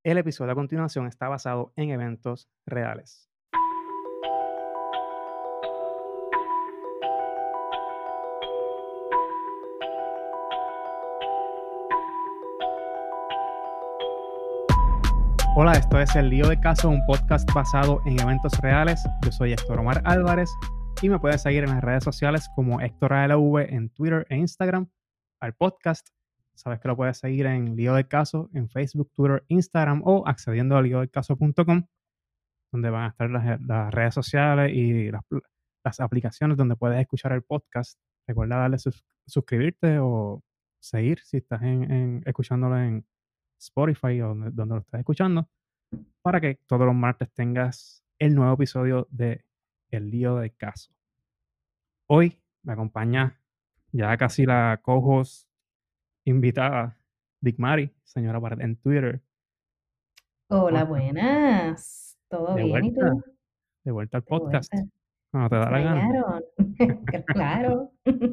El episodio a continuación está basado en eventos reales. Hola, esto es El Lío de Caso, un podcast basado en eventos reales. Yo soy Héctor Omar Álvarez y me puedes seguir en las redes sociales como Héctor ALV en Twitter e Instagram. Al podcast, sabes que lo puedes seguir en Lío de Caso en Facebook, Twitter, Instagram o accediendo a liodelcaso.com, donde van a estar las redes sociales y las aplicaciones donde puedes escuchar el podcast. Recuerda darle suscribirte o seguir si estás escuchándolo en Spotify o donde lo estás escuchando, para que todos los martes tengas el nuevo episodio de El Lío de Caso. Hoy me acompaña ya casi la co-host invitada, Dick Mari, señora Pared en Twitter. ¿Cómo Hola, estás? buenas. ¿Todo De bien? ¿Y vuelta, tú? de vuelta al De podcast, vuelta. cuando te ¿Me da la gana. extrañaron? Claro.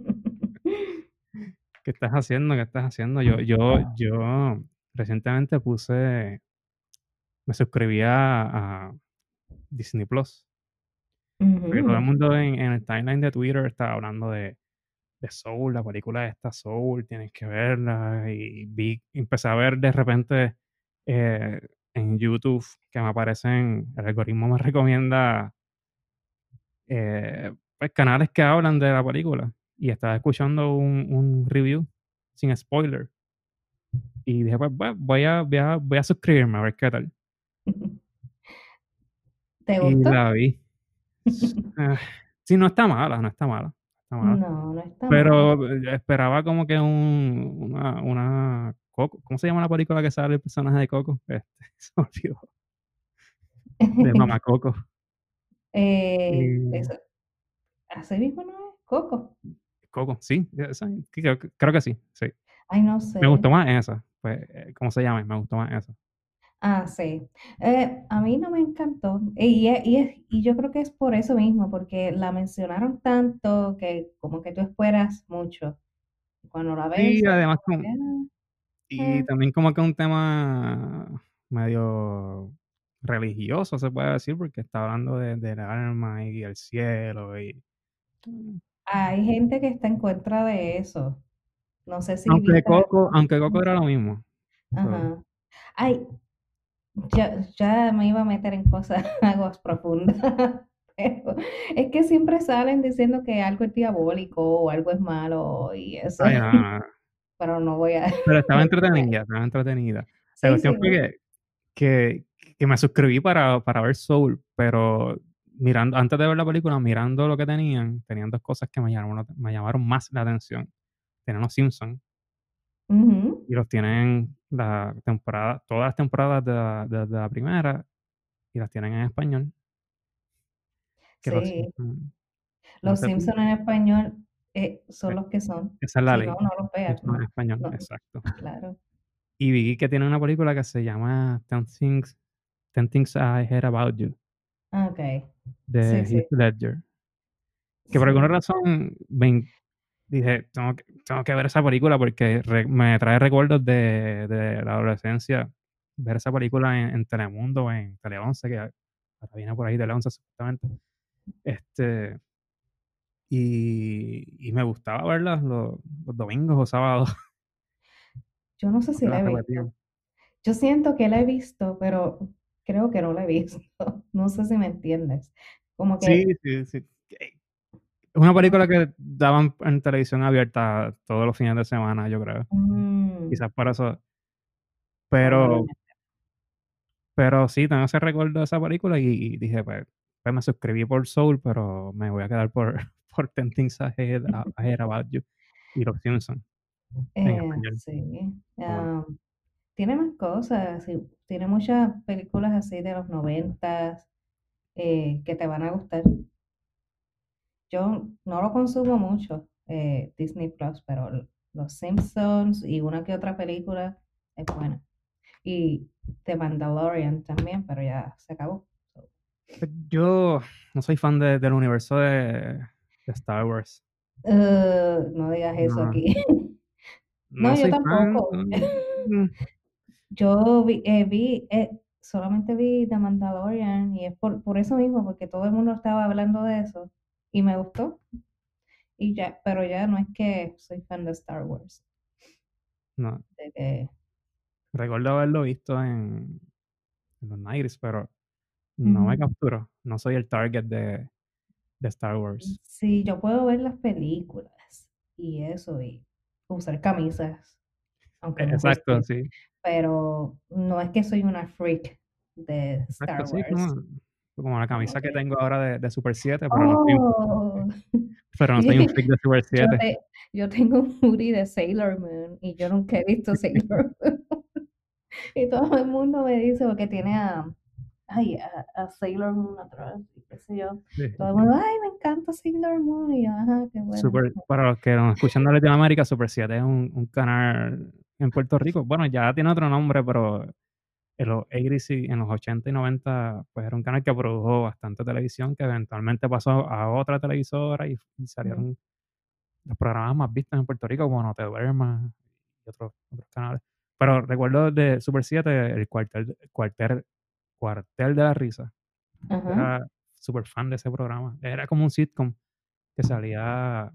¿Qué estás haciendo? ¿Qué estás haciendo? Yo recientemente me suscribí a Disney Plus, porque todo el Ujú. mundo en el timeline de Twitter estaba hablando de Soul, la película esta Soul, tienes que verla. Y empecé a ver de repente eh, en YouTube que me aparecen, el algoritmo me recomienda pues, canales que hablan de la película. Y estaba escuchando un review sin spoiler. Y dije, pues voy a suscribirme a ver qué tal. ¿Te Y gustó? la vi. Ah, sí, no está mala, no está mala, no está mala. No, no está mala. Pero esperaba como que una Coco. ¿Cómo se llama la película que sale el personaje de Coco? Se me olvidó. De Mamá Coco. Y Eso, así mismo no es Coco. Coco, sí, esa, creo que sí, sí. Ay, no Me sé. gustó más esa, pues, ¿cómo se llama? Me gustó más esa. Ah, sí. A mí no me encantó. Y yo creo que es por eso mismo, porque la mencionaron tanto que como que tú esperas mucho. Cuando la ves, Sí, es además como que, y también como que un tema medio religioso, se puede decir, porque está hablando del alma y el cielo y mm, hay gente que está en contra de eso. No sé si viste algunos Aunque Coco memes. era lo mismo. So, Ajá. Ay, ya me iba a meter en cosas, aguas profundas. Pero es que siempre salen diciendo que algo es diabólico o algo es malo y eso. ay, no, no, no. Pero no voy a Pero estaba meterme entretenida, ahí. estaba entretenida. La Sí, cuestión sí, fue que, que me suscribí para ver Soul, pero mirando, antes de ver la película, mirando lo que tenían dos cosas que me llamaron más la atención. Tenían los Simpsons ujú, y los tienen todas las temporadas de la primera y las tienen en español. Que los sí. Simpsons, no Los sé tú, Simpson en español son eh, los que son. esa es la Si no, ley. no los veas, Simpsons en no, español, no, exacto. claro. Y vi que tiene una película que se llama Ten Things I Heard About You, Ok. de Sí, sí, Heath Ledger, que por alguna sí. razón dije, tengo que ver esa película porque me trae recuerdos de la adolescencia, ver esa película en Telemundo, en Tele 11, que ahora viene por ahí Tele 11 supuestamente. Este, y me gustaba verla los domingos o sábados, Yo no sé si porque la la he repetían. visto. Yo siento que la he visto, pero creo que no la he visto. No sé si me entiendes. Como Sí, que, sí, sí. Es una no película sé. que daban en televisión abierta todos los fines de semana, yo creo. Mm, Quizás por eso. Pero, probablemente. pero sí, tengo ese recuerdo de esa película y dije, pues me suscribí por Soul, pero me voy a quedar por, por Ten Things I Heard About You y Los Simpsons en español. Sí. Ah, bueno. Tiene más cosas. Sí, tiene muchas películas así de los 90 que te van a gustar. Yo no lo consumo mucho, Disney Plus, pero Los Simpsons y una que otra película es buena. Y The Mandalorian también, pero ya se acabó. So, Pues yo no soy fan del universo de Star Wars. no digas eso No, aquí. no No, yo soy fan. tampoco. Solamente vi The Mandalorian y es por eso mismo, porque todo el mundo estaba hablando de eso y me gustó y ya, pero ya no es que soy fan de Star Wars. No, de que- recuerdo haberlo visto en los 90s, pero no me Ujú. capturó. No soy el target de Star Wars. Sí, yo puedo ver las películas y eso y usar camisas, aunque me Exacto, gusten, sí. pero no es que soy una freak de Exacto, Star sí, Wars. como la Como camisa que que, tengo ahora de Super 7, oh, pero no soy un freak de Super yo, 7. yo tengo un hoodie de Sailor Moon y yo nunca he visto Sailor Moon. Y todo el mundo me dice, porque tiene a Sailor Moon atrás, y qué sé yo. Todo el Sí. mundo, ay, me encanta Sailor Moon. Y yo, ajá, qué bueno. Para los que nos escuchan de Latinoamérica, Super 7 es un canal en Puerto Rico. Bueno, ya tiene otro nombre, pero en los 80 en los 80 y 90, pues era un canal que produjo bastante televisión, que eventualmente pasó a otra televisora y Ujú, salieron los programas más vistos en Puerto Rico, como No Te Duermas y otros canales. Pero recuerdo de Super 7, Cuartel de la Risa. ajá, Era súper fan de ese programa. Era como un sitcom que salía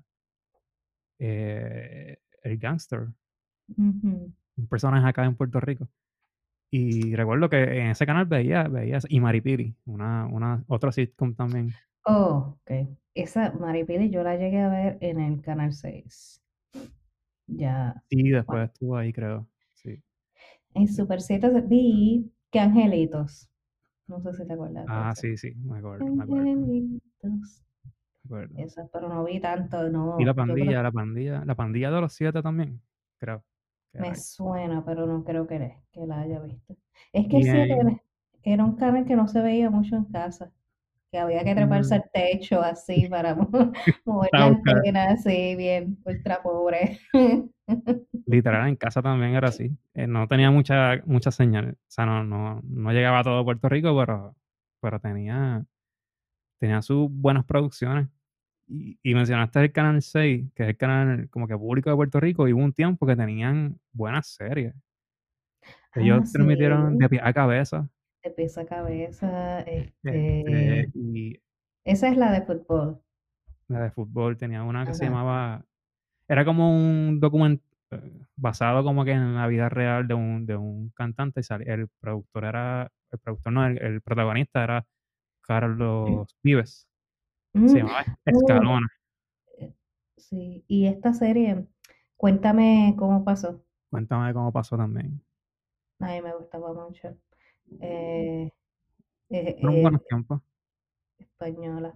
el gangster, ujú. un personaje acá en Puerto Rico. Y recuerdo que en ese canal veía y Maripili, otro sitcom también. Oh, ok. Esa Maripili yo la llegué a ver en el Canal 6. Ya, Y después bueno. estuvo ahí, creo. Sí. En Super 7 vi que Angelitos. No sé si te acuerdas de Ah, esa. sí, sí, me acuerdo, me acuerdo, Angelitos. me acuerdo. Esa, pero no vi tanto, Y no. Yo creo que la pandilla de los siete también, creo que era me ahí. suena, pero no creo que la haya visto. Es que el Y 7 era un canal que no se veía mucho en casa, que había que treparse mm, al techo así para mover la a buscar, antena así, bien ultra pobre. literal, en casa también era así. No tenía mucha señal. O sea, no llegaba a todo Puerto Rico, pero tenía sus buenas producciones. Y mencionaste el Canal 6, que es el canal como que público de Puerto Rico, y hubo un tiempo que tenían buenas series. Ellos Ah, sí, transmitieron de pie a cabeza. de pies a cabeza, Y esa es la de fútbol. la de fútbol tenía una que se Ajá. llamaba. Era como un documento basado como que en la vida real de un cantante. El productor no, el protagonista era Carlos Vives. Se Mm, llamaba oh, Escalona. eh, sí, y esta serie, cuéntame cómo pasó. Cuéntame cómo pasó también. A mí me gustaba mucho. Eh, eh, Fueron buenos eh, tiempos. española.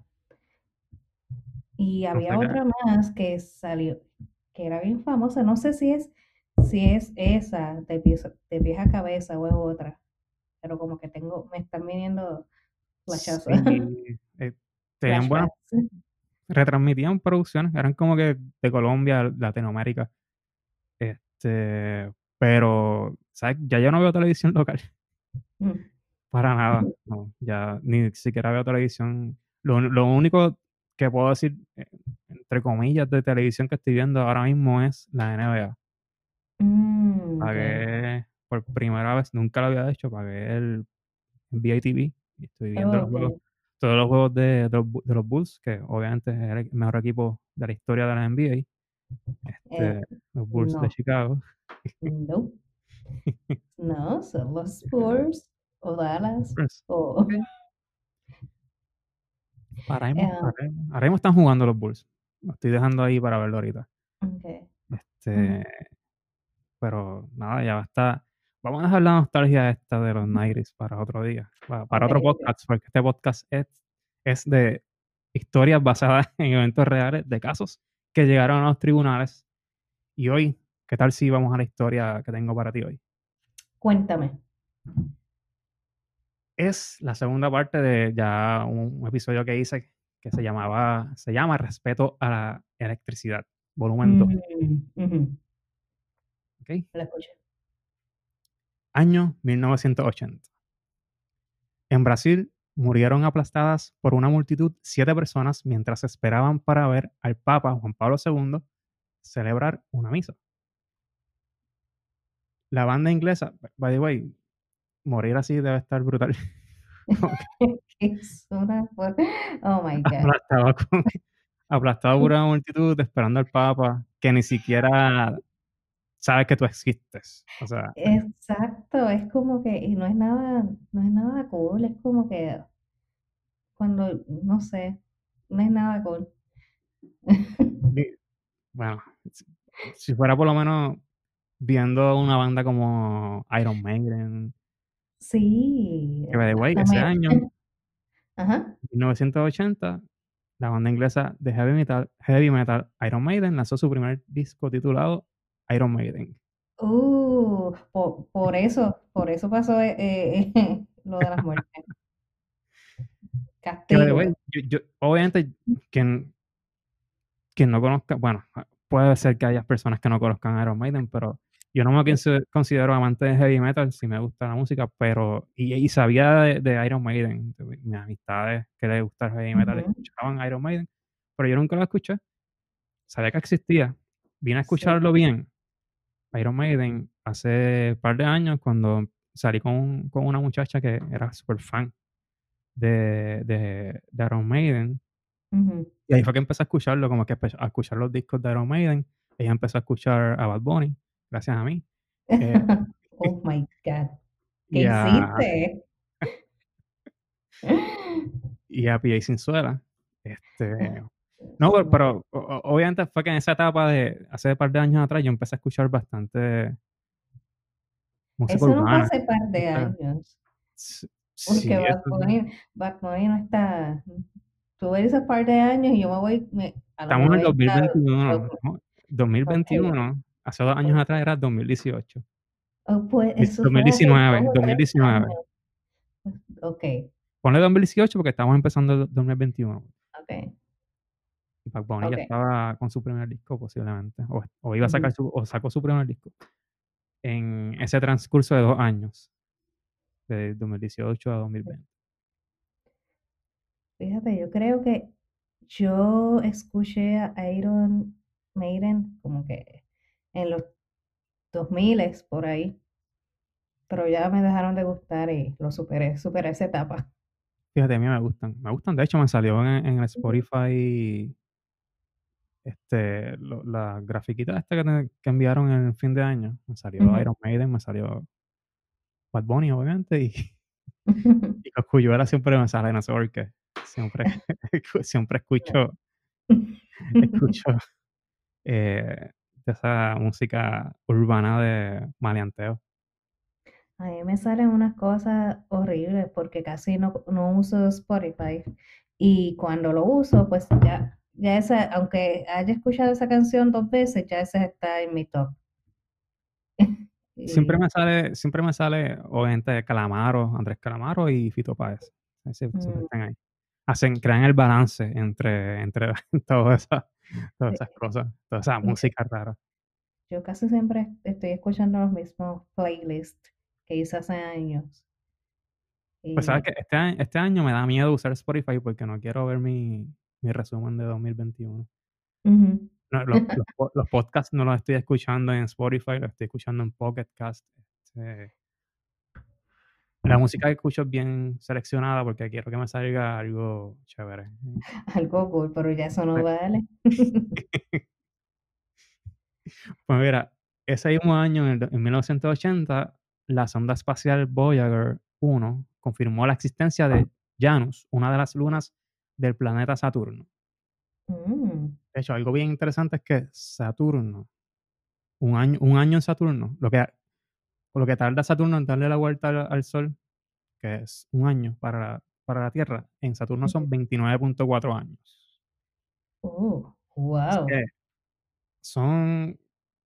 Y No había sé qué. otra más que salió, que era bien famosa. No sé si es esa de pies a cabeza o es otra, pero como que me están viniendo flashazos, Sí, tenían buenas, flashbacks. retransmitían producciones, eran como que de Colombia, Latinoamérica. Pero, ¿sabes? Ya yo no veo televisión local, Mm, para nada. No, ya ni siquiera veo televisión. Lo único que puedo decir, entre comillas, de televisión que estoy viendo ahora mismo es la NBA. ok. Pagué por primera vez, nunca lo había hecho, pagué el NBA TV y estoy viendo los Ok. juegos, todos los juegos de los Bulls, que obviamente es el mejor equipo de la historia de la NBA, Eh, los Bulls de no, Chicago. no, no, son los Spurs o Dallas Pues, o... ok, eh, ahora mismo están jugando los Bulls. Lo estoy dejando ahí para verlo ahorita. ok. Ujú, Este, pero nada, ya basta. Vamos a dejar la nostalgia esta de los 90s para otro día, para ok, otro ok. podcast, porque este podcast es de historias basadas en eventos reales, de casos que llegaron a los tribunales. Y hoy, ¿qué tal si vamos a la historia que tengo para ti hoy? Cuéntame. Es la segunda parte de ya un episodio que hice que se llama Respeto a la electricidad, volumen 2. Ujú, ¿Ok? la escuché. Año 1980. En Brasil murieron aplastadas por una multitud 7 personas mientras esperaban para ver al Papa Juan Pablo II celebrar una misa. la banda inglesa, by the way, morir así debe estar brutal. Como que Es una oh my God. aplastado con aplastado por una multitud esperando al papa, que ni siquiera sabe que tú existes. O sea, Exacto, es como que y no es nada cool, es como que cuando, no sé, no es nada cool. di bueno, si si fuera por lo menos viendo una banda como Iron Maiden, Sí, que by the way, la ese mayor año, ajá. 1980, la banda inglesa de heavy metal Iron Maiden lanzó su primer disco titulado Iron Maiden. Por eso pasó, lo de las muertes, Que by the way, castigo. yo obviamente quien no conozca, bueno, puede ser que haya personas que no conozcan Iron Maiden, pero yo no me Sí, considero amante de heavy metal, sí me gusta la música, pero sabía de Iron Maiden, de mis amistades que les gusta el heavy metal ujú, escuchaban Iron Maiden, pero yo nunca lo escuché, sabía que existía, vine a sí, escucharlo bien, Iron Maiden, hace par de años cuando salí con una muchacha que era súper fan de Iron Maiden. ujú. Y ahí fue que empecé a escucharlo, como que a escuchar los discos de Iron Maiden. Ella empezó a escuchar a Bad Bunny, gracias a mí, eh, Oh my God, ¿qué y a hiciste? P.A. Sinzuela. Este, no, Dios mío. pero obviamente fue que en esa etapa de hace un par de años atrás yo empecé a escuchar bastante música Eso no fue urbana. hace par de Esta años, s porque sí, Bad eso Bunny Bad Bunny no está tú ves esos par de años y yo a lo estamos en el mejor dos mil está veintiuno, loco. ¿no? Dos mil Okey, veintiuno, hace 2 años okey. atrás era 2018. Oh, pues, eso Dos mil fue hace diecinueve, 2 o 3 años. 2019. Pues, okey, Ponle 2018 porque estamos empezando el 2021. okey, Y Bad Bunny ya okey. estaba con su primer disco posiblemente, o iba a sacar Ujú. o sacó su primer disco en ese transcurso de 2 años, de 2018 a 2020. Fíjate, yo creo que yo escuché a Iron Maiden como que en los 2000 por ahí, pero ya me dejaron de gustar y lo superé esa etapa. Fíjate, a mí me gustan, de hecho, me salió en el Ujú, Spotify, las grafiquitas estas que enviaron en el fin de año, me salió ujú. Iron Maiden, me salió Bad Bunny, obviamente, y y Cosculluela siempre me sale, no sé por qué, siempre siempre escucho de esa música urbana de maleanteo. A mí me salen unas cosas horribles porque casi no uso Spotify y cuando lo uso, pues ya esa, aunque haya escuchado esa canción 2 veces, ya esa está en mi top. Y, Siempre me sale obviamente Calamaro, Andrés Calamaro y Fito Páez. Siempre mm, están ahí. Crean el balance entre todas esas sí, cosas, toda esa y sí, música rara. yo casi siempre estoy escuchando los mismos playlists que hice hace años. Pues, ¿sabes Y, qué? Este año me da miedo usar Spotify porque no quiero ver mi resumen de 2021. ujú. No, los podcasts no los estoy escuchando en Spotify, los estoy escuchando en Pocket Cast. Este, la música que escucho es bien seleccionada porque quiero que me salga algo chévere. Algo cool, pero ya eso no Pues vale. pues mira, ese mismo año, en 1980, la sonda espacial Voyager 1 confirmó la existencia de Janus, una de las lunas del planeta Saturno. Mm, De hecho, algo bien interesante es que Saturno, un año en Saturno, lo que tarda Saturno en darle la vuelta al Sol, que es un año para la Tierra, en Saturno ujú. son 29.4 años. Así Guau. que son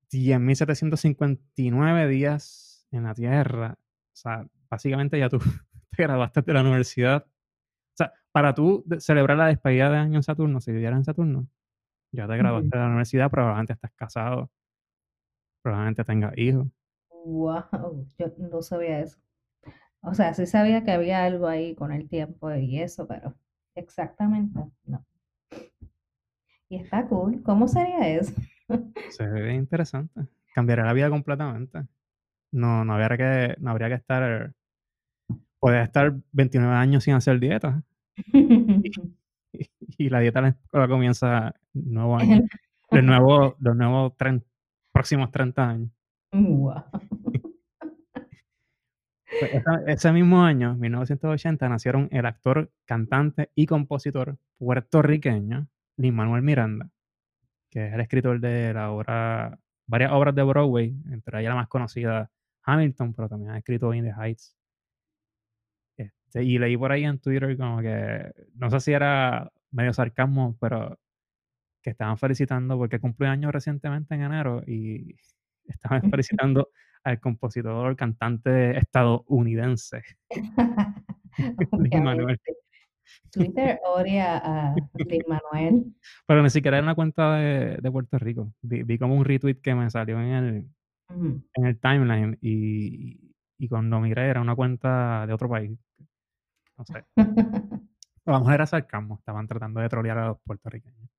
10.759 días en la Tierra. O sea, básicamente ya tú te graduaste de la universidad. O sea, para tú celebrar la despedida de año en Saturno, si vivieras en Saturno, ya te Ujú. graduaste de la universidad, probablemente estás casado, probablemente tengas hijos. Guau, yo no sabía eso. O sea, sí sabía que había algo ahí con el tiempo y eso, pero exactamente no. Y está cool. ¿Cómo sería eso? Se ve interesante. Cambiará la vida completamente. no habría que estar, puedes estar 29 años sin hacer dieta y y la dieta en la escuela comienza el nuevo año, los nuevos próximos 30 años. Guau. Pues ese mismo año, 1980, nacieron el actor, cantante y compositor puertorriqueño Lin-Manuel Miranda, que es el escritor de la obra varias obras de Broadway, entre ellas la más conocida, Hamilton, pero también ha escrito In the Heights. Y leí por ahí en Twitter como que, no sé si era medio sarcasmo, pero que estaban felicitando porque cumplió años recientemente en enero y estaban felicitando al compositor, cantante estadounidense Lin-Manuel. Obviamente. Twitter odia a Lin-Manuel. Pero ni siquiera era una cuenta de Puerto Rico. Vi como un retweet que me salió Ujú. en el timeline y cuando miré era una cuenta de otro país, no sé. A lo mejor era sarcasmo, estaban tratando de trolear a los puertorriqueños.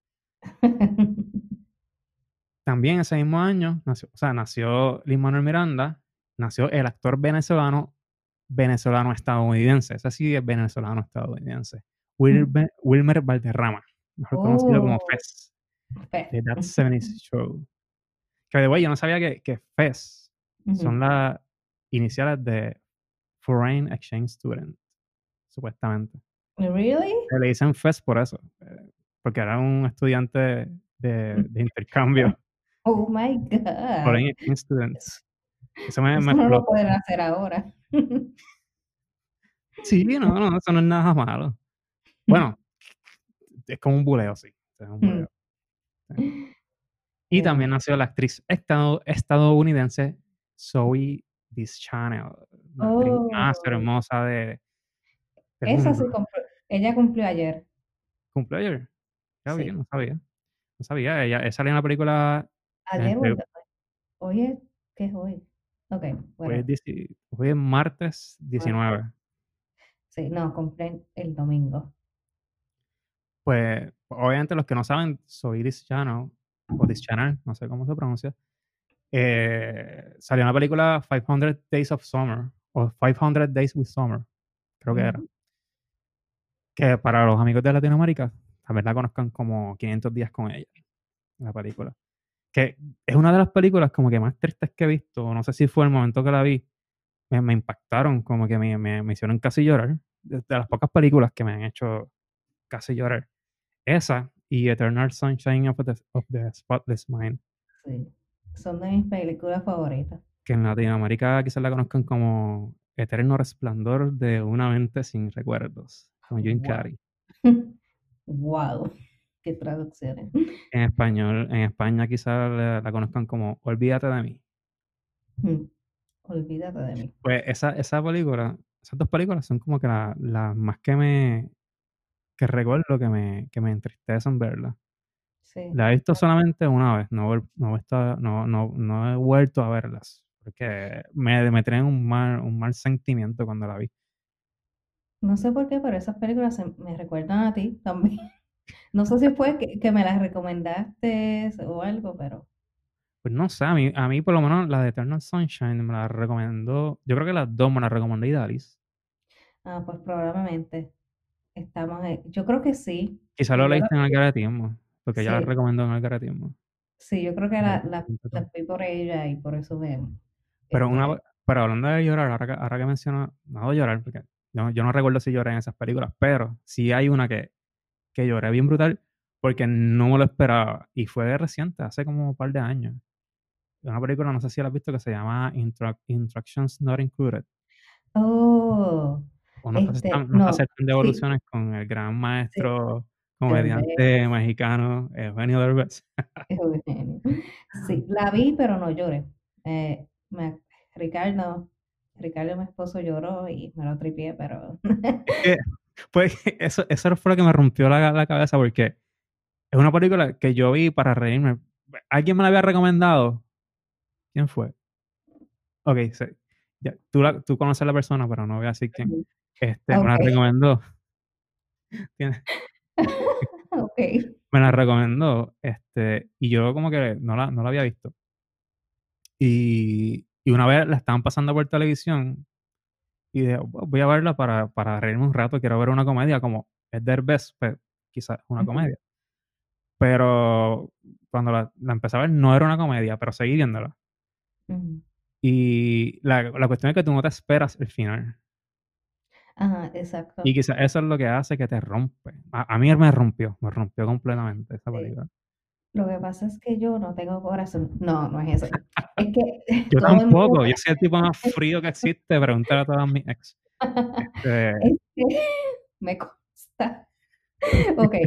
También ese mismo año nació Lin-Manuel Miranda, nació el actor venezolano-estadounidense, ese sí es venezolano-estadounidense, Wilmer Valderrama, mejor conocido como Oh, Fez, fe. de That 70's Show. Que by the way, yo no sabía que FES son Ujú. las iniciales de Foreign Exchange Student, supuestamente. Really? Le dicen FES por eso, porque era un estudiante de intercambio, Oh my God. Foreign Exchange Students. Eso me Eso no lo explotó. pueden hacer ahora. Sí, no, eso no es nada malo. Bueno, es como un buleo, sí, es un buleo, sí. Y Eh, también nació la actriz estadounidense Zooey Deschanel, la actriz más oh, hermosa del esa mundo. sí cumplió. Ella cumplió ayer. ¿Cumplió ayer? Ya vi, Sí. no sabía. No sabía, ella salió en la película, Ayer o el de hoy. Hoy es, ¿qué es hoy? Ok, hoy es bueno. hoy es martes Martes. 19. Sí, no, cumple el domingo. Pues, obviamente los que no saben, soy This Channel, o This Channel, no sé cómo se pronuncia, salió en la película 500 Days of Summer, o 500 Days with Summer, creo que era, Ujú. que para los amigos de Latinoamérica, tal vez la conozcan como 500 días con ella, la película. Que es una de las películas como que más tristes que he visto, no sé si fue el momento que la vi, me impactaron, como que me hicieron casi llorar. De las pocas películas que me han hecho casi llorar. Esa y Eternal Sunshine of the Spotless Mind, Sí. Son de mis películas favoritas. que en Latinoamérica quizás la conozcan como Eterno Resplandor de una mente sin recuerdos, con Jim Wow. Carrey. Wow. Qué traducciones. En español, en España quizás la conozcan como Olvídate de mí. Mm, olvídate de mí. Pues esa película, esas 2 películas son como que las más que recuerdo que me entristecen verlas. Sí. La he visto solamente una vez, no he vuelto a verlas, porque me traen un mal sentimiento cuando la vi. No sé por qué, pero esas películas me recuerdan a ti también. No sé si fue que me las recomendaste o algo, pero Pues no sé, a mí por lo menos la de Eternal Sunshine me la recomendó, yo creo que las 2 me las recomendó Idalis. pues probablemente yo creo que sí. Quizás lo Y yo la leíste en vi. Algaratismo, porque ella la Sí, recomendó en Algaratismo. sí, yo creo que Algaratismo.com. las vi por ella y por eso me, Pero este, pero hablando de llorar, ahora que menciono, no de llorar, porque yo no recuerdo si lloré en esas películas, pero sí hay una que lloré bien brutal, porque no me lo esperaba, y fue reciente, hace como un par de años. Una película, no sé si la has visto, que se llama Instructions Not Included, oh, o no sé si no, están de sí, evoluciones con el gran sí, maestro, Derbez, comediante mexicano, Eugenio Derbez. Eugenio. Sí, la vi, pero no lloré. Eh, me, Ricardo, Ricardo, mi esposo, lloró y me lo tripié, pero Es que, pues, eso fue lo que me rompió la cabeza, porque es una película que yo vi para reírme. ¿Alguien me la había recomendado? ¿Quién fue? Okey, sí. Ya, tú conoces a la persona, pero no voy a decir quién. Me la okey, recomendó, tiene okey. me la recomendó, y yo como que no la había visto. Y Y una vez la estaban pasando por televisión y dije: Voy a verla para reírme un rato, quiero ver una comedia", como es Derbez, pues, quizás una Ujú, comedia. Pero cuando la empecé a ver, no era una comedia, pero seguí viéndola. ujú. Y la cuestión es que tú no te esperas el final. Ajá, Y exacto. quizás eso es lo que hace que te rompe. A mí me rompió completamente esa Sí. película. Lo que pasa es que yo no tengo corazón. No, no es eso. Es que Yo todo el mundo tampoco, yo soy el tipo más frío que existe, pregúntale a todas mis ex. es que me consta. Okey,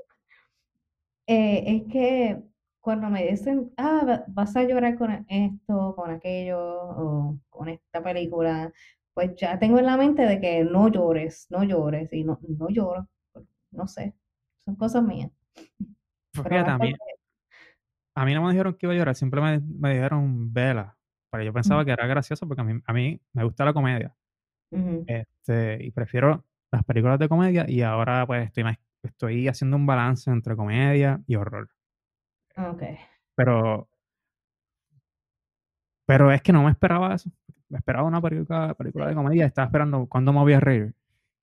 es que cuando me dicen: "Ah, vas a llorar con esto, con aquello, o con esta película", pues ya tengo en la mente de que no llores, no llores, y no lloro, no sé, son cosas mías, Pues pero no fíjate, es porque a mí no me dijeron que iba a llorar, simplemente me dijeron: "Vela", pero yo ujú, pensaba que era gracioso porque a mí me gusta la comedia, ujú, y prefiero las películas de comedia, y ahora, pues, estoy haciendo un balance entre comedia y horror. okey. Pero pero es que no me esperaba eso. Me esperaba una película de Sí. comedia, estaba esperando cuándo me voy a reír.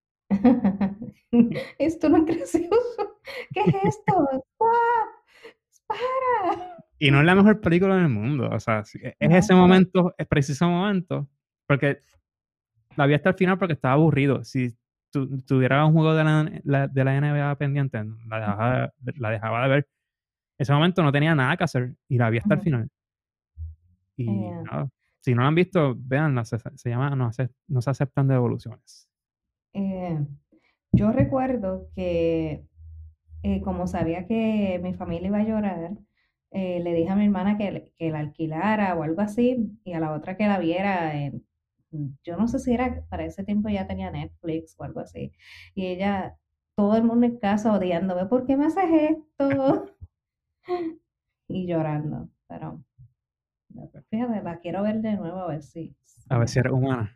Esto no es gracioso. ¿Qué es esto? ¡Stop! ¡Para! Y no es la mejor película del mundo, o sea, es ese No, no. momento, es preciso momento, porque la vi hasta el final porque estaba aburrido. Si tuviera un juego de la NBA pendiente, la dejaba de ver. Ese momento no tenía nada que hacer y la vi hasta el Ujú. final. Y Eh, nada, si no la han visto, véanla, se llama No se aceptan devoluciones. eh, yo recuerdo que, como sabía que mi familia iba a llorar, le dije a mi hermana que la alquilara o algo así, y a la otra que la viera yo no sé si era para ese tiempo ya tenía Netflix o algo así, y ella, todo el mundo en casa odiándome: "¿Por qué me haces esto?". Y llorando, pero fíjate, la quiero ver de nuevo a ver si A ver me si eres humana.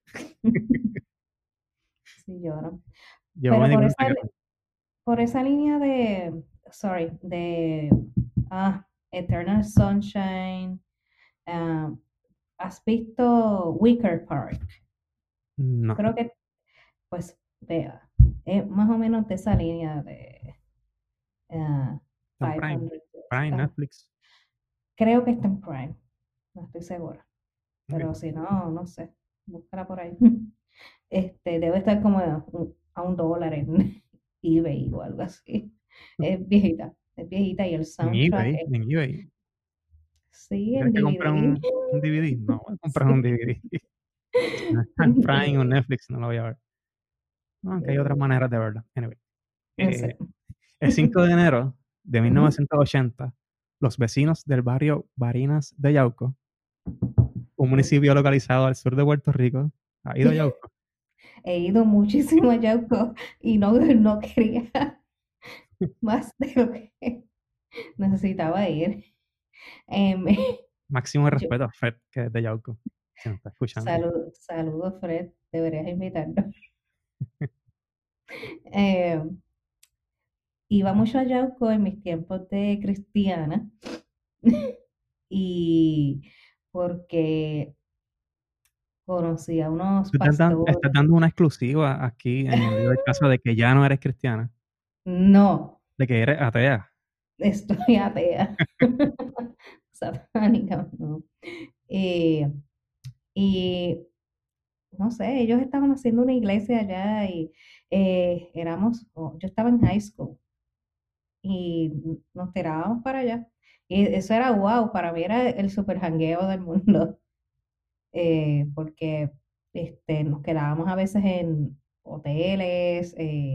si lloro. Yo me Pero di cuenta que por esa línea de, Eternal Sunshine, ah, ¿has visto Wicker Park? no, Creo que, pues, vea, más o menos de esa línea de, ah, está en Prime, 500 Days, Netflix. creo que está en Prime, no estoy segura, Okey. pero si no, no sé, búscala por ahí. Debe estar como a $1 en eBay o algo así. Es viejita y el En soundtrack eBay, es en eBay. sí, en ¿Quieres que compre DVD. un DVD? No voy a comprar un Sí, DVD. Si no está en en Prime o en DVD, Netflix, no lo voy a ver. No, aunque hay otras eh, maneras de verla. Anyway, no eh, sé. el 5 de enero de Ujú. 1980, los vecinos del barrio Barinas de Yauco, un Oh. municipio localizado al sur de Puerto Rico. ¿Has ido a Yauco? He ido muchísimo a Yauco y no quería más de lo que necesitaba ir. Em, Máximo yo respeto a Fred, que es de Yauco, si nos está escuchando. saludos, Fred, deberías invitarnos. Em Iba mucho a Yauco en mis tiempos de cristiana, y porque conocí a unos Estás pastores. dando una exclusiva aquí en el del caso de que ya no eres cristiana, No, de que eres atea. estoy atea, satánica, no. Eh, y no sé, ellos estaban haciendo una iglesia allá y, yo estaba en high school y nos tirábamos para allá. Y eso era guau, para mí era el super jangueo del mundo. Porque nos quedábamos a veces en hoteles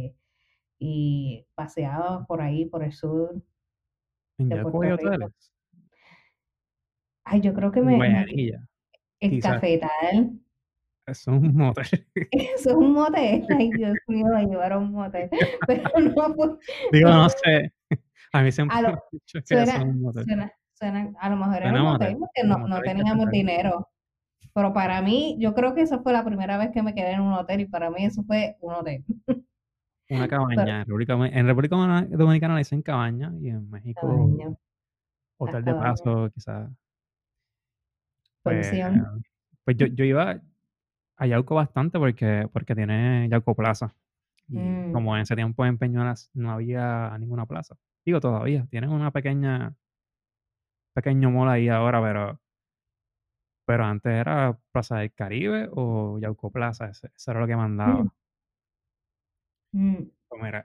y paseábamos por ahí, por el sur En de Yauco hay Puerto Rico. hoteles, Ay, yo creo que en me que Guayanilla, el quizás. Cafetal, Eso es un motel. eso es un motel. Ay, Dios mío, me llevaron a un motel, pero no fue Digo, no, no sé, a mí siempre a lo me han dicho que eso es suena un motel. suena a lo mejor era Suena un a motel motel, porque los no moteles teníamos cafeteros. dinero, pero para mí, yo creo que esa fue la primera vez que me quedé en un hotel y para mí eso fue un hotel. Una Pero cabaña, en República Dominicana le dicen cabaña y en México cabaña, las hotel de cabañas. paso, quizás. Pues, pensión. pues yo iba a Yauco bastante porque tiene Yauco Plaza. Y Mm, como en ese tiempo en Peñuelas no había ninguna plaza. Digo, todavía, tienen una pequeño mall ahí ahora, pero antes era Plaza del Caribe o Yauco Plaza, eso era lo que mm, mandaba. mm, Pues mira,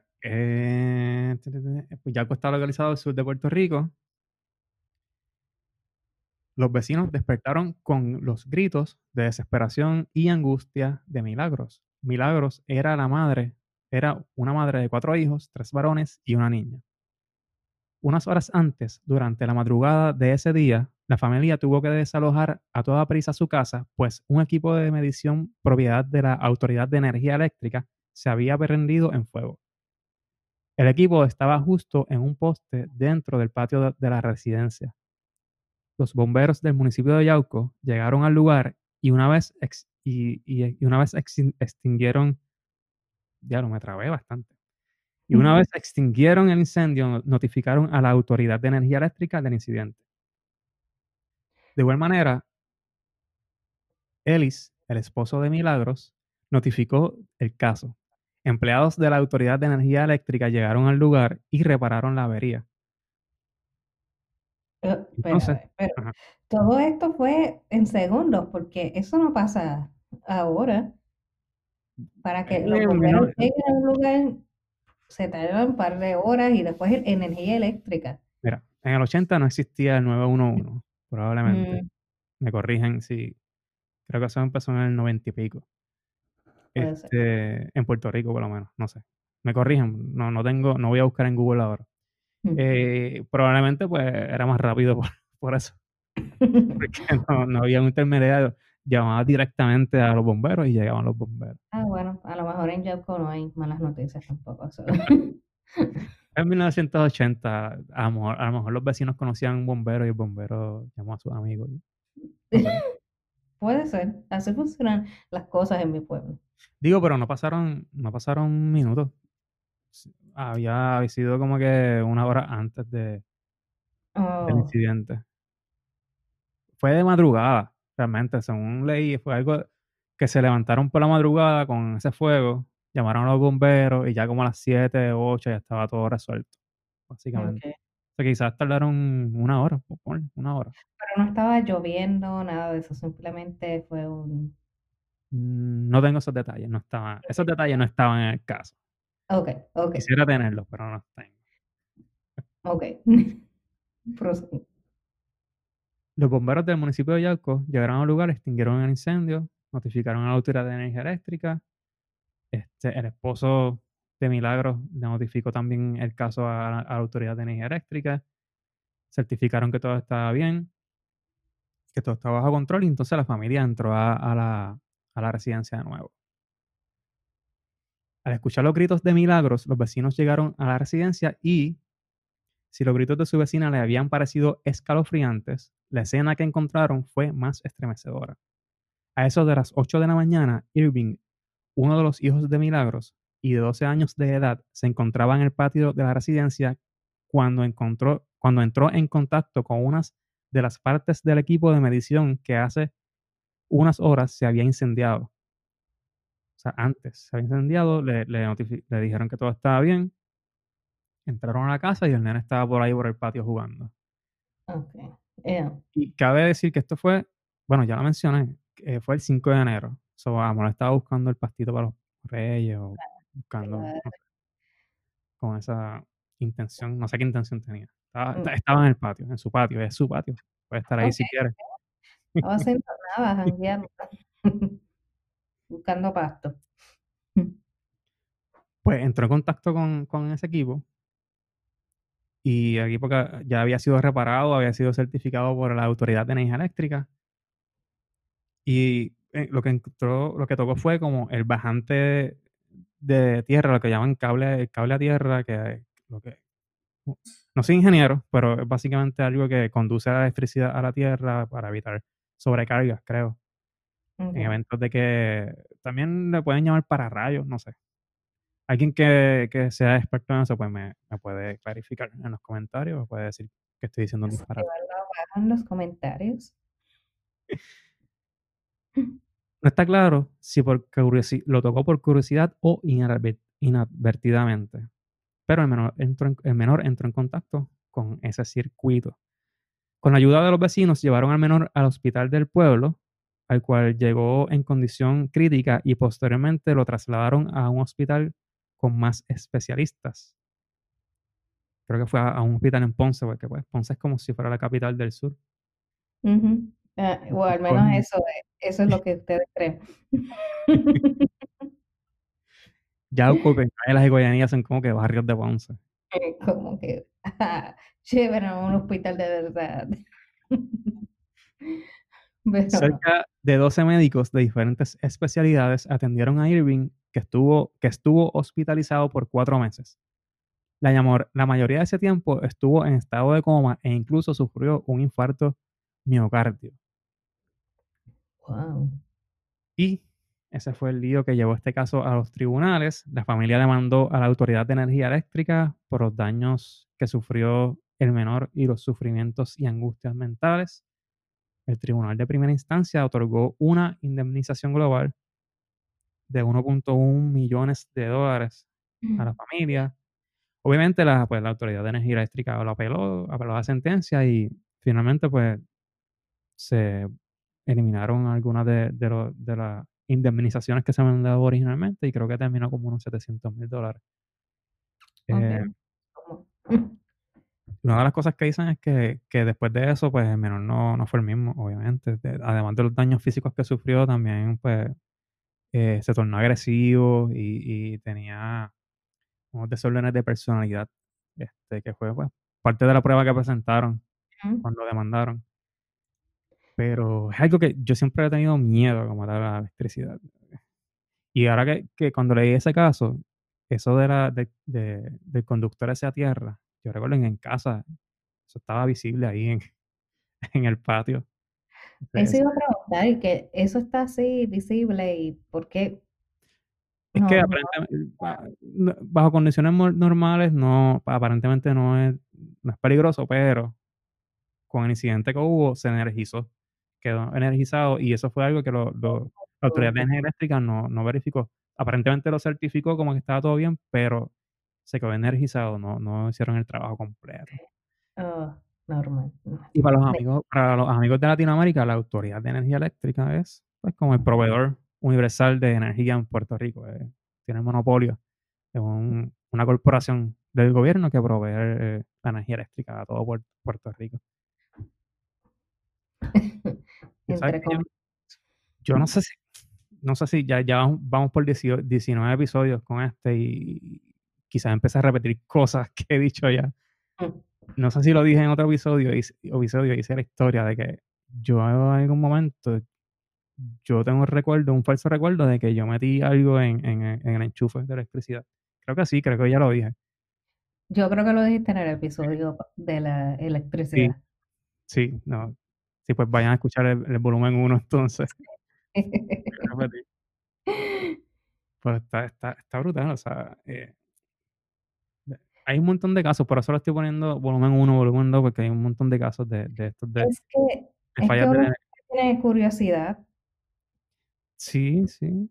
pues Yauco está localizado al sur de Puerto Rico. Los vecinos despertaron con los gritos de desesperación y angustia de Milagros. Milagros era una madre de 4 hijos, 3 varones y una niña. Unas horas antes, durante la madrugada de ese día, la familia tuvo que desalojar a toda prisa su casa, pues un equipo de medición propiedad de la Autoridad de Energía Eléctrica se había prendido en fuego. El equipo estaba justo en un poste dentro del patio de la residencia. Los bomberos del municipio de Yauco llegaron al lugar y una vez extinguieron, ya no me trabé bastante. Y una mm. vez extinguieron el incendio, notificaron a la Autoridad de Energía Eléctrica del incidente. De igual manera, Ellis, el esposo de Milagros, notificó el caso. Empleados de la Autoridad de Energía Eléctrica llegaron al lugar y repararon la avería. Entonces, Espérame, pero ajá, todo esto fue en segundos, porque eso no pasa ahora. Para que los en bomberos 19 lleguen a un lugar se tardan un par de horas y después energía eléctrica. mira, en el 80 no existía el 911, probablemente. Mm, Me corrigen si creo que eso empezó en el 90 y pico. puede ser. En Puerto Rico, por lo menos, no sé. Me corrigen, no voy a buscar en Google ahora. Mm. Probablemente, pues, era más rápido por eso, porque no había un intermediario. Llamabas directamente a los bomberos y llegaban los bomberos. Ah, bueno, a lo mejor en Yauco no hay malas noticias tampoco. So. En 1980, a lo mejor los vecinos conocían un bombero y el bombero llamó a sus amigos y no sé. Puede ser, así funcionan las cosas en mi pueblo. Digo, pero no pasaron minutos. Había sido como que una hora antes del Oh, incidente. Fue de madrugada, realmente, según leí, fue algo que se levantaron por la madrugada con ese fuego, llamaron a los bomberos y ya como a las 7, 8 ya estaba todo resuelto, básicamente. ok. O sea, quizás tardaron una hora, ponle, una hora. Pero no estaba lloviendo, nada de eso, simplemente fue un... No tengo esos detalles, esos detalles no estaban en el caso. Ok, ok, Quisiera tenerlos, pero no los tengo. ok. Prosigue. Los bomberos del municipio de Yauco llegaron al lugar, extinguieron el incendio, notificaron a la Autoridad de Energía Eléctrica. El esposo de Milagros le notificó también el caso a la Autoridad de Energía Eléctrica, certificaron que todo estaba bien, que todo estaba bajo control, y entonces la familia entró a la residencia de nuevo. Al escuchar los gritos de Milagros, los vecinos llegaron a la residencia y, si los gritos de su vecina le habían parecido escalofriantes, la escena que encontraron fue más estremecedora. A eso de las 8 de la mañana, Irving, uno de los hijos de Milagros y de 12 años de edad, se encontraba en el patio de la residencia cuando entró en contacto con unas de las partes del equipo de medición que hace unas horas se había incendiado. O sea, antes se había incendiado, le dijeron que todo estaba bien, entraron a la casa y el nene estaba por ahí por el patio jugando. Ok, yeah. Y cabe decir que esto fue, bueno, ya lo mencioné, fue el 5 de enero. So, a lo mejor estaba buscando el pastito para los reyes o buscando, Claro. no sé, con esa intención, no sé qué intención tenía. Estaba, Mm, estaba en el patio, en su patio, es su patio. Puede estar ahí ok, si quiere. estaba haciendo nada, jangueando, buscando pasto. Pues entró en contacto con ese equipo y el equipo que ya había sido reparado, había sido certificado por la Autoridad de Energía Eléctrica. Y lo que tocó fue como el bajante de tierra, lo que llaman el cable a tierra, lo que no soy ingeniero, pero es básicamente algo que conduce la electricidad a la tierra para evitar sobrecargas, creo, en Okay. eventos de que también le pueden llamar pararrayos, no sé. Alguien que sea experto en eso, pues me puede clarificar en los comentarios, o puede decir que estoy diciendo un disparate. Escríbanlo abajo en los comentarios. No está claro si lo tocó por curiosidad o inadvertidamente, pero el menor entró en contacto con ese circuito. Con la ayuda de los vecinos, llevaron al menor al hospital del pueblo, al cual llegó en condición crítica y posteriormente lo trasladaron a un hospital con más especialistas. Creo que fue a un hospital en Ponce, porque, pues, Ponce es como si fuera la capital del sur. Ujú. O al menos eso es lo que ustedes creen. Ya Copenhague y Goianía son como que barrios de Ponce. Como que, llévenlo a un hospital de verdad. Pero no. Cerca de 12 médicos de diferentes especialidades atendieron a Irving, que estuvo hospitalizado por 4 meses. La mayoría de ese tiempo estuvo en estado de coma e incluso sufrió un infarto miocardio. Guau. Y ese fue el lío que llevó este caso a los tribunales. La familia demandó a la Autoridad de Energía Eléctrica por los daños que sufrió el menor y los sufrimientos y angustias mentales. El tribunal de primera instancia otorgó una indemnización global de 1.1 millones de dólares a la familia. Obviamente la Autoridad de Energía Eléctrica apeló la sentencia y finalmente, pues, se eliminaron algunas de las indemnizaciones que se habían dado originalmente y creo que terminó como unos $700,000. Eh, Okey. Como una de las cosas que dicen es que después de eso, pues, el menor no fue el mismo, obviamente. Además de los daños físicos que sufrió, también, pues, se tornó agresivo y tenía unos desórdenes de personalidad, que fue, pues, parte de la prueba que presentaron ujú, cuando demandaron. Pero es algo que yo siempre he tenido miedo como tal a la electricidad. Y ahora que cuando leí ese caso, eso del conductor ese a tierra, yo recuerdo en casa, eso estaba visible ahí en en el patio. eso Ese iba a preguntar, y que eso está así visible, ¿y por qué? Es No, que no. aparentemente, bajo condiciones normales aparentemente no es peligroso, pero con el incidente que hubo se energizó, quedó energizado y eso fue algo que la Autoridad de Energía Eléctrica no verificó. Aparentemente lo certificó como que estaba todo bien, pero se quedó energizado, no hicieron el trabajo completo. Oh, normal. Y Me para los amigos de Latinoamérica, la Autoridad de Energía Eléctrica es, pues, como el proveedor universal de energía en Puerto Rico, tiene el monopolio, es una corporación del gobierno que provee, la energía eléctrica a todo Puerto Rico. Y sabes entre que yo comillas. yo no sé si ya vamos por 19 episodios con este y quizás empecé a repetir cosas que he dicho ya. No sé si lo dije en otro hice la historia de que yo en algún momento, yo tengo un falso recuerdo de que yo metí algo en el enchufe de electricidad. Creo que sí, creo que ya lo dije. Yo creo que lo dijiste en el episodio de la Sí, electricidad. sí, no. Sí, pues vayan a escuchar el volumen 1 entonces. Repetí. Pues está brutal, o sea, hay un montón de casos, por eso lo estoy poniendo volumen 1, volumen 2 porque hay un montón de casos de estos Es que de fallas de uno tiene curiosidad. sí, sí.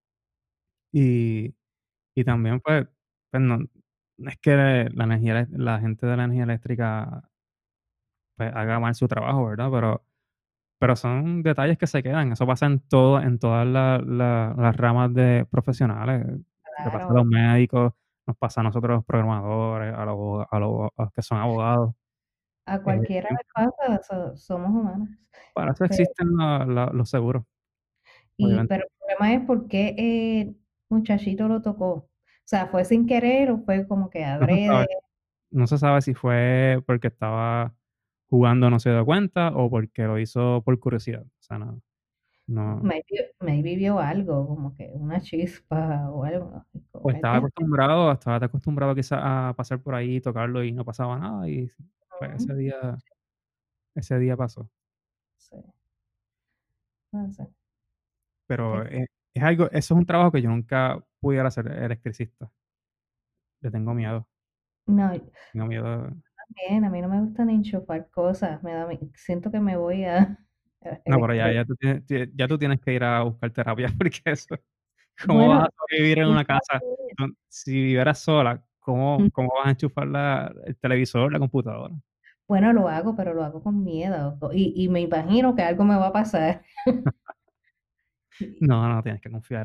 Y también, pues no es que la gente de la energía eléctrica, pues, haga mal su trabajo, ¿verdad? Pero son detalles que se quedan. Eso pasa en todas las ramas de profesionales. Le pasa a los Claro, médicos, nos pasa a nosotros los programadores, a los que son abogados. a Eh, cualquiera le pasa, somos humanos. para eso Pe existen los seguros, obviamente. pero el problema es por qué el muchachito lo tocó. O sea, ¿fue sin querer o fue como que No se adrede? sabe. No se sabe si fue porque estaba jugando, no se dio cuenta, o porque lo hizo por curiosidad. O sea, no Maybe vio algo, como que una chispa o algo, y como o que estaba acostumbrado quizás a pasar por ahí, tocarlo y no pasaba nada, y pues ujú, ese día pasó. sí, puede ser. Pero, Que eso es un trabajo que yo nunca pudiera hacer, electricista. Le no, tengo miedo. también, a mí no me gusta ni enchufar cosas, me da siento que me voy a No, pero ya, electrónica. ya tú tienes que ir a buscar terapia porque eso, ¿cómo vas a Bueno, sobrevivir en una casa? fíjate, Si vivieras sola, ¿cómo vas a enchufar el televisor, la computadora? bueno, lo hago, pero lo hago con miedo y me imagino que algo me va a pasar. No, no, tienes que confiar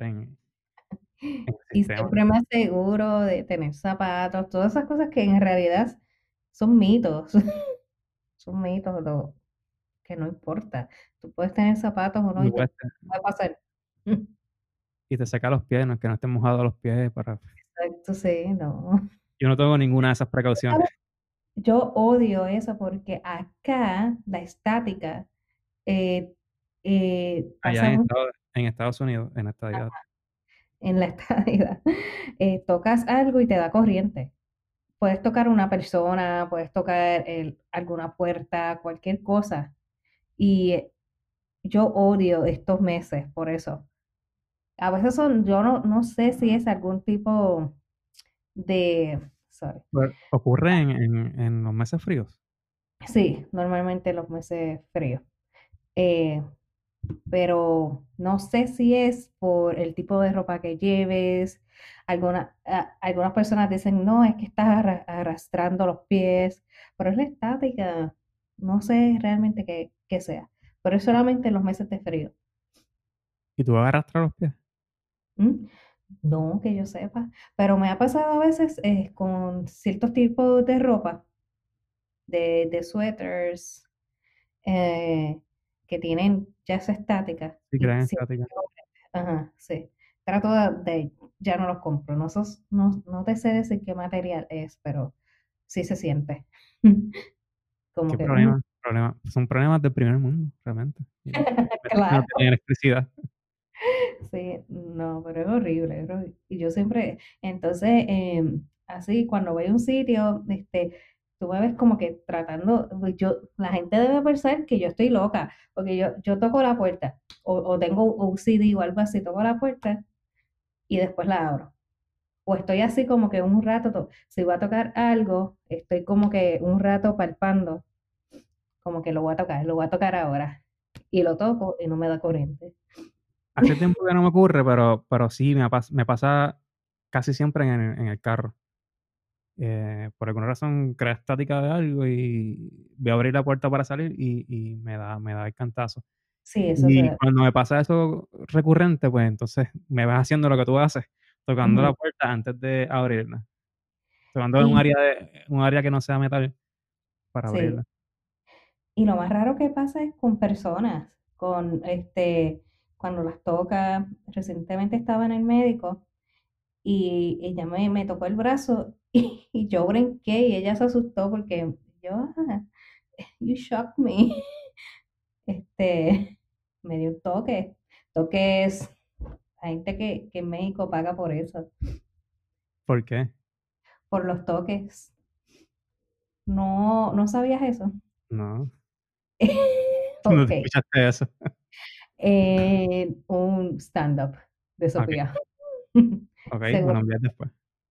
en el Y sistema. siempre me aseguro de tener zapatos, todas esas cosas que en realidad son mitos, son mitos, que no importa. Tú puedes tener zapatos o no No y te puedes puede pasar. y te seca los pies, no es que no estén mojados los pies para Exacto, sí, no. yo no tengo ninguna de esas precauciones. ¿Sabes? Yo odio eso porque acá la estática eh, Allá pasa mucho En Estados Unidos, en estadía, en la estadidad. Tocas algo y te da corriente. Puedes tocar una persona, puedes tocar alguna puerta, cualquier cosa. Y yo odio estos meses por eso. A veces yo no sé si es algún tipo de, sorry. pero ocurre en los meses fríos. Sí, normalmente los meses fríos. Eh, pero no sé si es por el tipo de ropa que lleves. Algunas personas dicen, no, es que estás arrastrando los pies, pero es la estática. No sé realmente qué sea, pero es solamente en los meses de frío. ¿Y tú arrastras los pies? ¿Mm? No, que yo sepa, pero me ha pasado a veces con ciertos tipos de ropa, de suéteres, eh, que tienen ya esa estática. Sí, Y crean sí, estática. ajá, sí. Trato ya no los compro. No te sé decir qué material es, pero sí se siente. Como ¿Qué que, problemas? Son problemas del primer mundo, realmente. Y meses que no claro. tienen electricidad. Sí, no, pero es horrible, es horrible. Y yo siempre, entonces, así, cuando voy a un sitio, tú me ves como que tratando, pues la gente debe pensar que yo estoy loca, porque yo toco la puerta, o tengo OCD o algo así, toco la puerta y después la abro. O estoy así como que un rato, si voy a tocar algo, estoy como que un rato palpando, como que lo voy a tocar ahora. Y lo toco y no me da corriente. Hace tiempo que no me ocurre, pero sí me pasa casi siempre en el carro. Por alguna razón crea estática de algo y voy a abrir la puerta para salir y me da el cantazo. Sí, eso Y se... cuando me pasa eso recurrente, pues entonces me vas haciendo lo que tú haces, tocando la Ujú. puerta antes de abrirla, tocando en Y un área que no sea metal para sí, abrirla. y lo más raro que pasa es con personas, cuando las toca, recientemente estaba en el médico y ella me tocó el brazo y yo brinqué y ella se asustó porque yo, you shocked me, me dio un toque, toques, hay gente que en México paga por eso, ¿Por qué? por los toques. No sabías eso. No, no Ok, te escuchaste eso. un stand-up de Okey, Sofía. okey, me Seguro. lo envías después.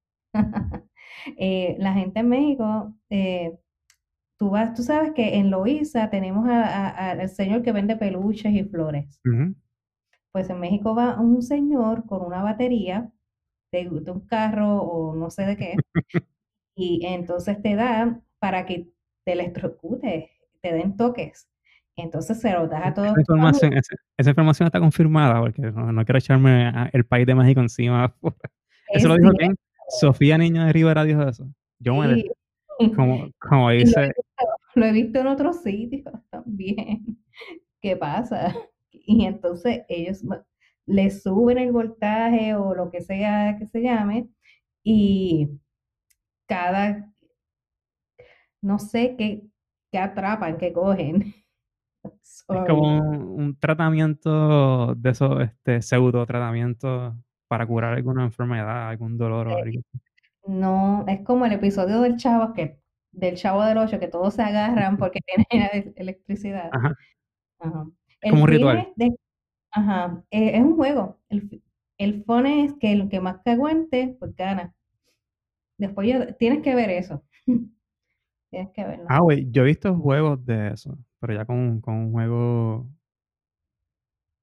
La gente en México, tú sabes que en Loíza tenemos al señor que vende peluches y flores. Ujú. Pues en México va un señor con una batería de un carro o no sé de qué, y entonces te da para que te electrocutes, te den toques. Entonces se los das a Esa todos tus amigos. información esa información está confirmada, porque no quiero echarme el país de México encima. ¿Eso lo Es dijo cierto, quién? Sofía Niño de Rivera dijo eso. Yo me sí. como Y dice lo he visto en otros sitios también. ¿Qué pasa? Y entonces le suben el voltaje o lo que sea que se llame y cada, no sé qué atrapan, qué cogen. es como Sorry. un tratamiento de esos, pseudo tratamientos para curar alguna enfermedad, algún dolor o algo. No, es como el episodio del Chavo del Ocho, que todos se agarran porque tienen electricidad. Ajá, Ajá. es como El un fin ritual. es ajá, es un juego. El fun es que el que más te aguante, pues gana. Después tienes que ver eso. Tienes que verlo. Güey, yo he visto juegos de eso, pero ya con un juego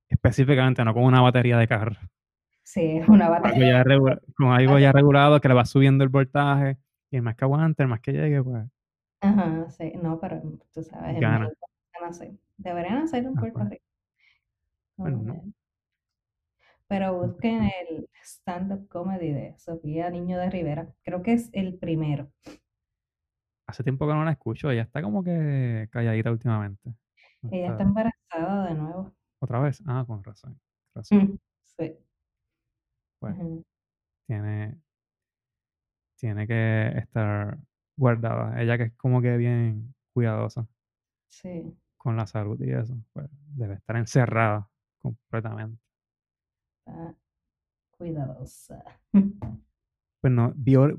específicamente, no con una batería de carro. Sí, es una Algo batería. ya con algo ya regulado que le va subiendo el voltaje y el más que aguante, el más que llegue, pues Ajá, sí, no, pero tú sabes, en gana. México no sé, deberían hacerlo en Ah, Puerto pues, Rico. bueno, Vamos a no, ver. Pero no sé. busquen el stand-up comedy de Sofía Niño de Rivera. Creo que es el primero. Hace tiempo que no la escucho, ella está como que calladita últimamente. No Ella está está- embarazada de nuevo. ¿Otra vez? Ah, con razón. Razón. Sí. Pues Ujú, tiene, tiene que estar guardada. Ella que es como que bien cuidadosa sí, con la salud y eso, pues debe estar encerrada completamente. está cuidadosa. Pues no,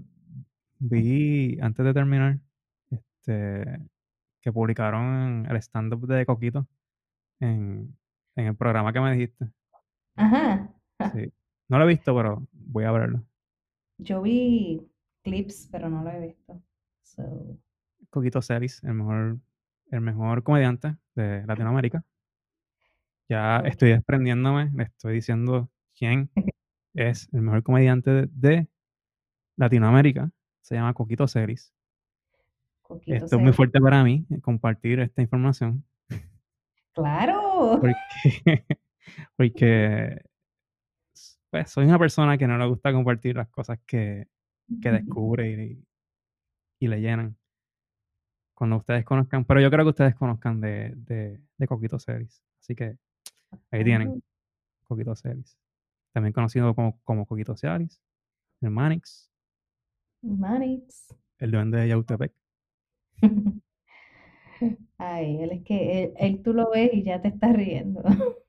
vi antes de terminar, este, que publicaron el stand-up de Coquito en el programa que me dijiste. Ajá. Sí. No lo he visto, pero voy a verlo. Yo vi clips, pero no lo he visto. So, Coquito Celis, el mejor comediante de Latinoamérica. Ya ok. estoy desprendiéndome, le estoy diciendo quién es el mejor comediante de Latinoamérica. Se llama Coquito Celis. Coquito Esto es muy Celis. fuerte para mí, compartir esta información, ¡Claro! porque, porque pues, soy una persona que no le gusta compartir las cosas que descubre y le llenan. Cuando ustedes conozcan, pero yo creo que ustedes conozcan de Coquito Celis. Así que ahí tienen, Ah, Coquito Celis. También conocido como Coquito Celis, el Manix, Manix. el duende de Yautepec. Ay, él es que él tú lo ves y ya te estás riendo.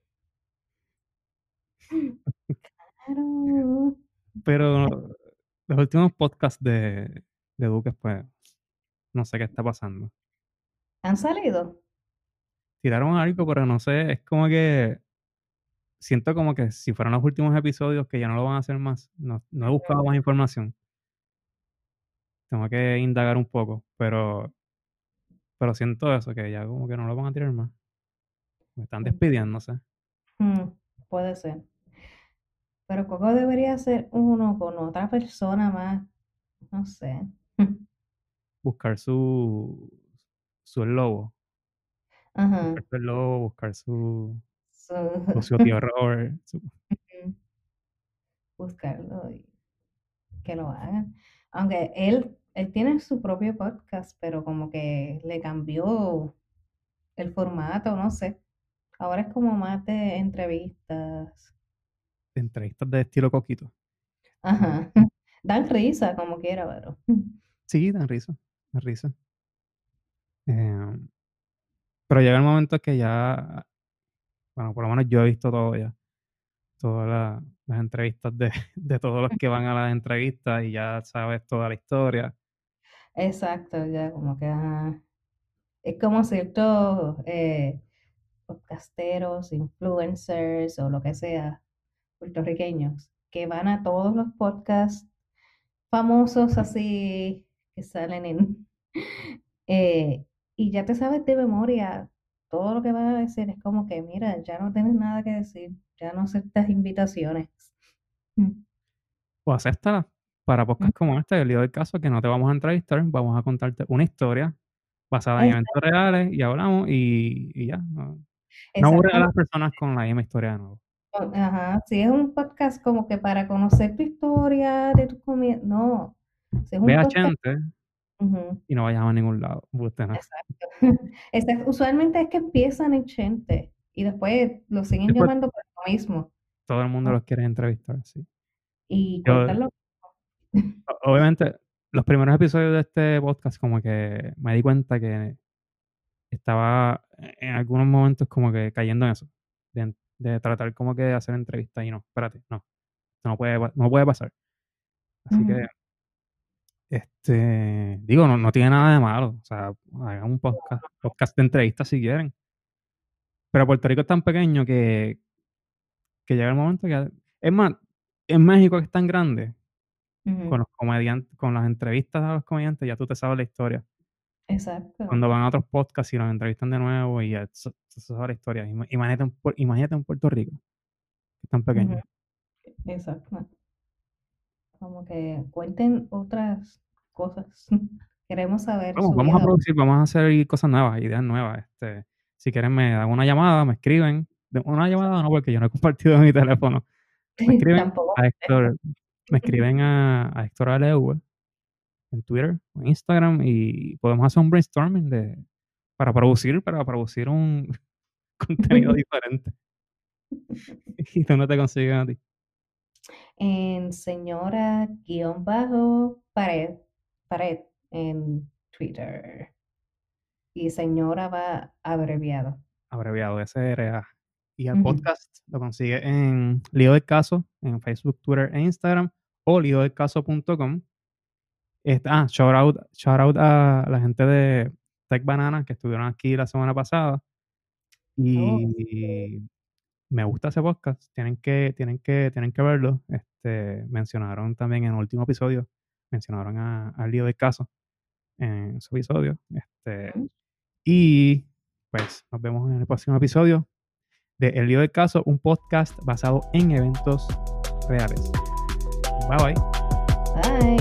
Claro. Pero los últimos podcasts de Duques, pues, no sé qué está pasando. ¿Han salido? Tiraron algo, pero no sé, es como que siento como que si fueran los últimos episodios que ya no lo van a hacer más. No he buscado más información. Tengo que indagar un poco, pero siento eso, que ya como que no lo van a tirar más. Me están despidiéndose. Mm, puede ser. Pero Coco debería ser uno con otra persona más, no sé. Buscar su el lobo. Ajá. Buscar su el lobo, buscar su So- tío Robert. buscarlo y que lo hagan. Aunque él tiene su propio podcast, pero como que le cambió el formato, no sé. Ahora es como más de entrevistas. Entrevistas de estilo Coquito. Ajá. Dan risa como quiera, pero. Sí, dan risa, dan risa. Em, pero llega el momento que ya, bueno, por lo menos yo he visto todo ya, todas las entrevistas de todos los que van a las entrevistas y ya sabes toda la historia. Exacto, ya como que ajá. Es como ciertos podcasteros, influencers o lo que sea, puertorriqueños, que van a todos los podcasts famosos así que salen en y ya te sabes de memoria todo lo que van a decir. Es como que, mira, ya no tienes nada que decir, ya no aceptas invitaciones. Mm, O acéptala para podcasts como este, el lío del caso, que no te vamos a entrevistar, vamos a contarte una historia basada en es- eventos reales y hablamos y ya. No aburre a Exacto. las personas con la misma historia de nuevo. Ajá, si es un podcast como que para conocer tu historia de tu comida, no, si es Ve un a podcast, Chente ujú, y no vayas a ningún lado. Usted no. exacto. Usualmente es que empiezan en Chente y después lo siguen Después llamando por lo mismo todo el mundo ¿no? los quiere entrevistar, sí. Y Yo, cortarlo. obviamente, los primeros episodios de este podcast, como que me di cuenta que estaba en algunos momentos como que cayendo en eso, de tratar como que de hacer entrevistas y no, espérate, no, esto no puede pasar. Así que, Ujú. digo, no tiene nada de malo, o sea, hagan un podcast de entrevistas si quieren, pero Puerto Rico es tan pequeño que llega el momento que, es más, en México que es tan grande, con Ujú, los comediantes, con las entrevistas a los comediantes, ya tú te sabes la historia. Exacto. Cuando van a otros podcasts y los entrevistan de nuevo y eso es otra historia. Imagínate en Puerto Rico, que es tan Ujú, pequeño. exacto. Como que cuenten otras cosas. Queremos saber Vamos, su vamos a vida. producir, vamos a hacer cosas nuevas, ideas nuevas. Si quieren me dan una llamada, me escriben. Una llamada no, porque yo no he compartido mi teléfono. Me escriben Tampoco a contesto. Héctor, me escriben a Héctor ALV en Twitter o en Instagram y podemos hacer un brainstorming para producir un contenido diferente. ¿Y dónde te consiguen a ti? En señora-pared en Twitter. Y señora va abreviado. Abreviado SRA. Y el Ujú. podcast lo consigue en Lío del Caso, en Facebook, Twitter e Instagram, o liodelcaso.com. Shout out a la gente de Tech Banana que estuvieron aquí la semana pasada. Oh, Y me gusta ese podcast. Tienen que verlo. Mencionaron también en el último episodio, mencionaron al Lío del Caso en su episodio. ujú. Y pues nos vemos en el próximo episodio de El Lío del Caso, un podcast basado en eventos reales. Bye bye. Bye.